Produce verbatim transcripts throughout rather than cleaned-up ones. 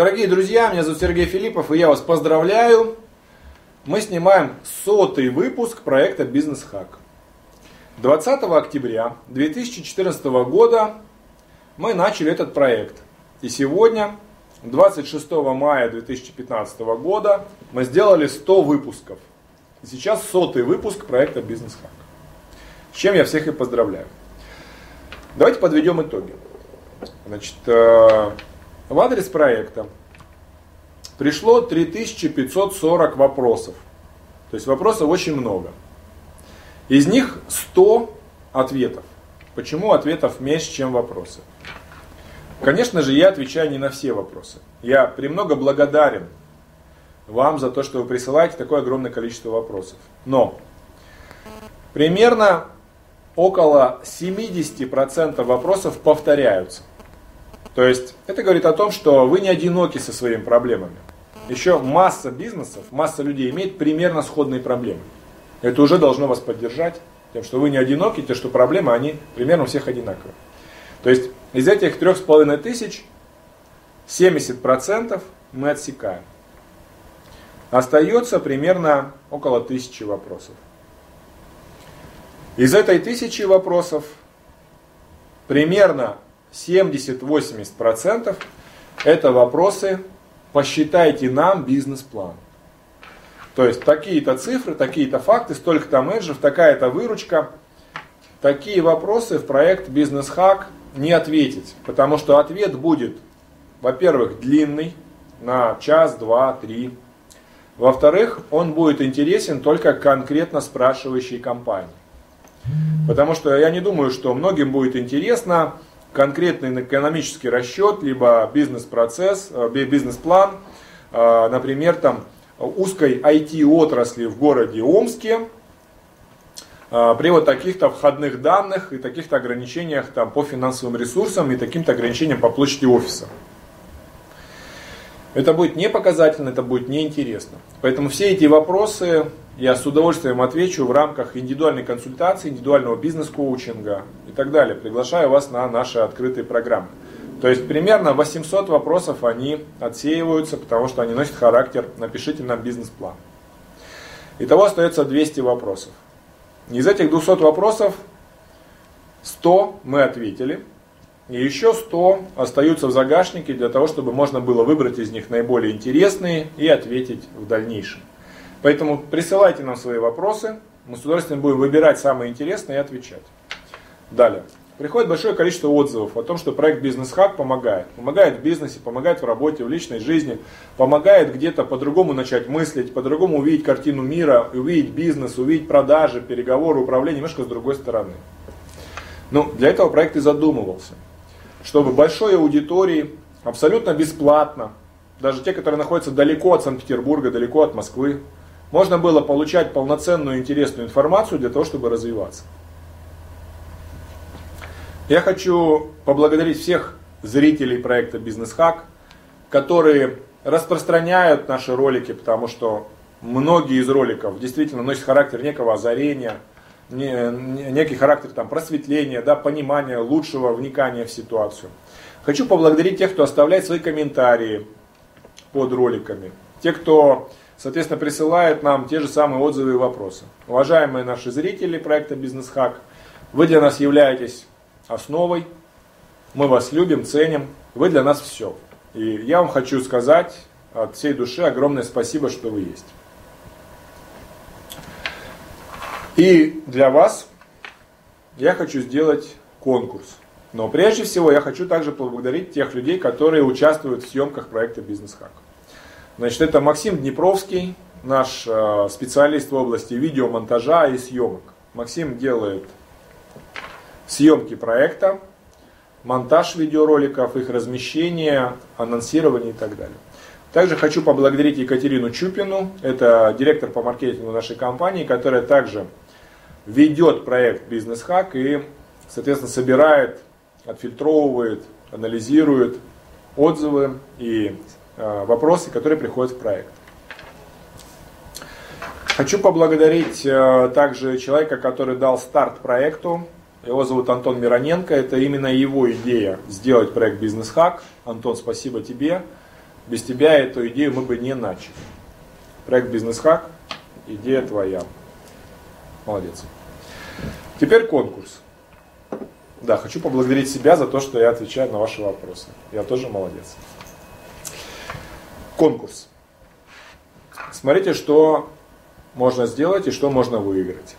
Дорогие друзья, меня зовут Сергей Филиппов, и я вас поздравляю. Мы снимаем сотый выпуск проекта «Бизнес-хак». двадцатого октября две тысячи четырнадцатого года мы начали этот проект. И сегодня, двадцать шестого мая две тысячи пятнадцатого года, мы сделали сто выпусков. И сейчас сотый выпуск проекта «Бизнес-хак». С чем я всех и поздравляю. Давайте подведем итоги. Значит, в адрес проекта пришло три тысячи пятьсот сорок вопросов. То есть вопросов очень много. Из них сто ответов. Почему ответов меньше, чем вопросы? Конечно же, я отвечаю не на все вопросы. Я премного благодарен вам за то, что вы присылаете такое огромное количество вопросов. Но примерно около семьдесят процентов вопросов повторяются. То есть это говорит о том, что вы не одиноки со своими проблемами. Еще масса бизнесов, масса людей имеет примерно сходные проблемы. Это уже должно вас поддержать, тем, что вы не одиноки, тем, что проблемы, они примерно у всех одинаковые. То есть из этих трех с половиной тысяч семьдесят процентов мы отсекаем. Остается примерно около тысячи вопросов. Из этой тысячи вопросов примерно семьдесят-восемьдесят процентов это вопросы «посчитайте нам бизнес-план». То есть такие-то цифры, такие-то факты, столько-то менеджеров, такая-то выручка. Такие вопросы в проект «Бизнес-хак» не ответить, потому что ответ будет, во-первых, длинный, на час, два, три. Во-вторых, он будет интересен только конкретно спрашивающей компании. Потому что я не думаю, что многим будет интересно конкретный экономический расчет, либо бизнес-процесс, бизнес-план, например, там, узкой ай ти-отрасли в городе Омске, при вот таких-то входных данных и таких-то ограничениях там, по финансовым ресурсам и таким-то ограничениям по площади офиса. Это будет не показательно, это будет неинтересно. Поэтому все эти вопросы я с удовольствием отвечу в рамках индивидуальной консультации, индивидуального бизнес-коучинга и так далее. Приглашаю вас на наши открытые программы. То есть примерно восемьсот вопросов они отсеиваются, потому что они носят характер «напишите нам бизнес-план». Итого остается двести вопросов. Из этих двухсот вопросов сто мы ответили. И еще сто остаются в загашнике для того, чтобы можно было выбрать из них наиболее интересные и ответить в дальнейшем. Поэтому присылайте нам свои вопросы, мы с удовольствием будем выбирать самые интересные и отвечать. Далее. Приходит большое количество отзывов о том, что проект «Бизнес-хак» помогает. Помогает в бизнесе, помогает в работе, в личной жизни, помогает где-то по-другому начать мыслить, по-другому увидеть картину мира, увидеть бизнес, увидеть продажи, переговоры, управление немножко с другой стороны. Ну, для этого проект и задумывался. Чтобы большой аудитории абсолютно бесплатно, даже те, которые находятся далеко от Санкт-Петербурга, далеко от Москвы, можно было получать полноценную интересную информацию для того, чтобы развиваться. Я хочу поблагодарить всех зрителей проекта «Бизнес-хак», которые распространяют наши ролики, потому что многие из роликов действительно носят характер некого озарения, некий характер там, просветления, да, понимания, лучшего вникания в ситуацию. Хочу поблагодарить тех, кто оставляет свои комментарии под роликами. Те, кто, соответственно, присылает нам те же самые отзывы и вопросы. Уважаемые наши зрители проекта «Бизнес-хак», вы для нас являетесь основой. Мы вас любим, ценим. Вы для нас все. И я вам хочу сказать от всей души огромное спасибо, что вы есть. И для вас я хочу сделать конкурс. Но прежде всего я хочу также поблагодарить тех людей, которые участвуют в съемках проекта «Бизнес-хак». Значит, это Максим Днепровский, наш э, специалист в области видеомонтажа и съемок. Максим делает съемки проекта, монтаж видеороликов, их размещение, анонсирование и так далее. Также хочу поблагодарить Екатерину Чупину, это директор по маркетингу нашей компании, которая также ведет проект «Бизнес-хак» и, соответственно, собирает, отфильтровывает, анализирует отзывы и э, вопросы, которые приходят в проект. Хочу поблагодарить э, также человека, который дал старт проекту. Его зовут Антон Мироненко. Это именно его идея сделать проект «Бизнес-хак». Антон, спасибо тебе. Без тебя эту идею мы бы не начали. Проект «Бизнес-хак», идея твоя. Молодец. Теперь конкурс. Да, хочу поблагодарить себя за то, что я отвечаю на ваши вопросы. Я тоже молодец. Конкурс. Смотрите, что можно сделать и что можно выиграть.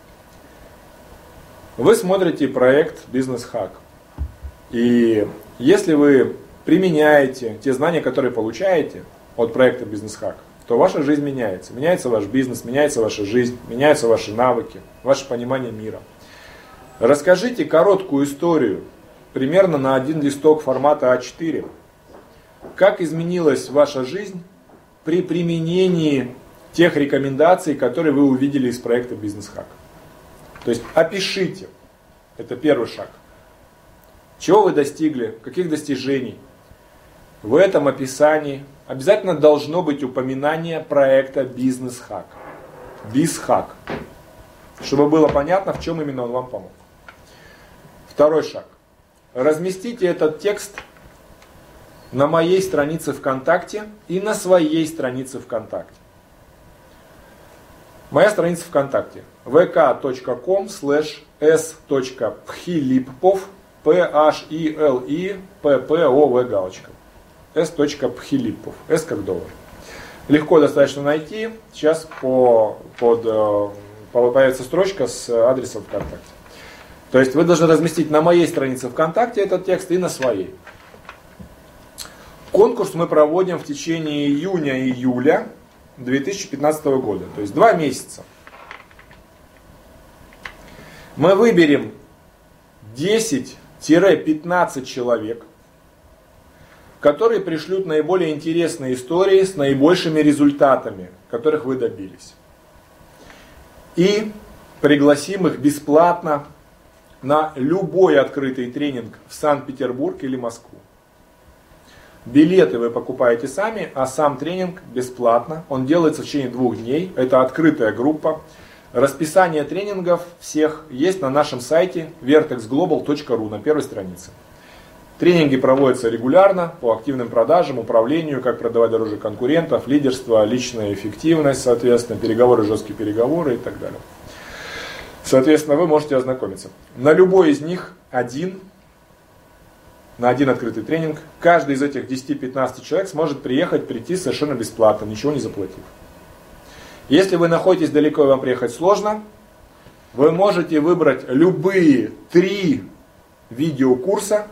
Вы смотрите проект «Бизнес-хак». И если вы применяете те знания, которые получаете от проекта «Бизнес-хак», то ваша жизнь меняется. Меняется ваш бизнес, меняется ваша жизнь, меняются ваши навыки, ваше понимание мира. Расскажите короткую историю, примерно на один листок формата а четыре. Как изменилась ваша жизнь при применении тех рекомендаций, которые вы увидели из проекта «Бизнес-хак». То есть опишите, это первый шаг. Чего вы достигли, каких достижений. В этом описании обязательно должно быть упоминание проекта «Бизнес-хак». «Биз-хак». Чтобы было понятно, в чем именно он вам помог. Второй шаг. Разместите этот текст на моей странице ВКонтакте и на своей странице ВКонтакте. Моя страница ВКонтакте. вэ ка точка ком слэш эс точка пхилиппов пэ аш и эл и пэ пэ о вэ галочка. эс точка пхилиппов. S как доллар. Легко достаточно найти. Сейчас по, под, по, появится строчка с адресом ВКонтакте. То есть вы должны разместить на моей странице ВКонтакте этот текст и на своей. Конкурс мы проводим в течение июня-июля две тысячи пятнадцатого года. То есть два месяца. Мы выберем десять-пятнадцать человек, которые пришлют наиболее интересные истории с наибольшими результатами, которых вы добились. И пригласим их бесплатно на любой открытый тренинг в Санкт-Петербург или Москву. Билеты вы покупаете сами, а сам тренинг бесплатно. Он делается в течение двух дней. Это открытая группа. Расписание тренингов всех есть на нашем сайте vertex global точка ру на первой странице. Тренинги проводятся регулярно по активным продажам, управлению, как продавать дороже конкурентов, лидерство, личная эффективность, соответственно, переговоры, жесткие переговоры и так далее. Соответственно, вы можете ознакомиться. На любой из них один, на один открытый тренинг, каждый из этих десяти-пятнадцати человек сможет приехать, прийти совершенно бесплатно, ничего не заплатив. Если вы находитесь далеко и вам приехать сложно, вы можете выбрать любые три видеокурса,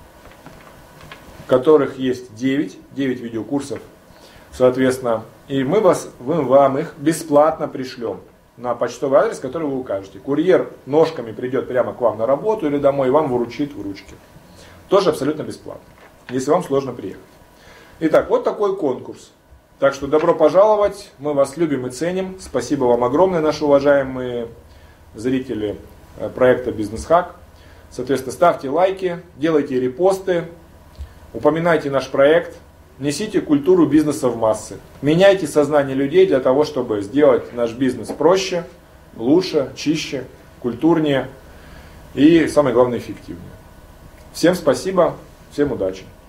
которых есть девять, девять видеокурсов, соответственно, и мы, вас, мы вам их бесплатно пришлем на почтовый адрес, который вы укажете. Курьер ножками придет прямо к вам на работу или домой и вам вручит в ручке. Тоже абсолютно бесплатно, если вам сложно приехать. Итак, вот такой конкурс. Так что добро пожаловать, мы вас любим и ценим. Спасибо вам огромное, наши уважаемые зрители проекта «Бизнес-хак». Соответственно, ставьте лайки, делайте репосты, упоминайте наш проект, несите культуру бизнеса в массы. Меняйте сознание людей для того, чтобы сделать наш бизнес проще, лучше, чище, культурнее и, самое главное, эффективнее. Всем спасибо, всем удачи.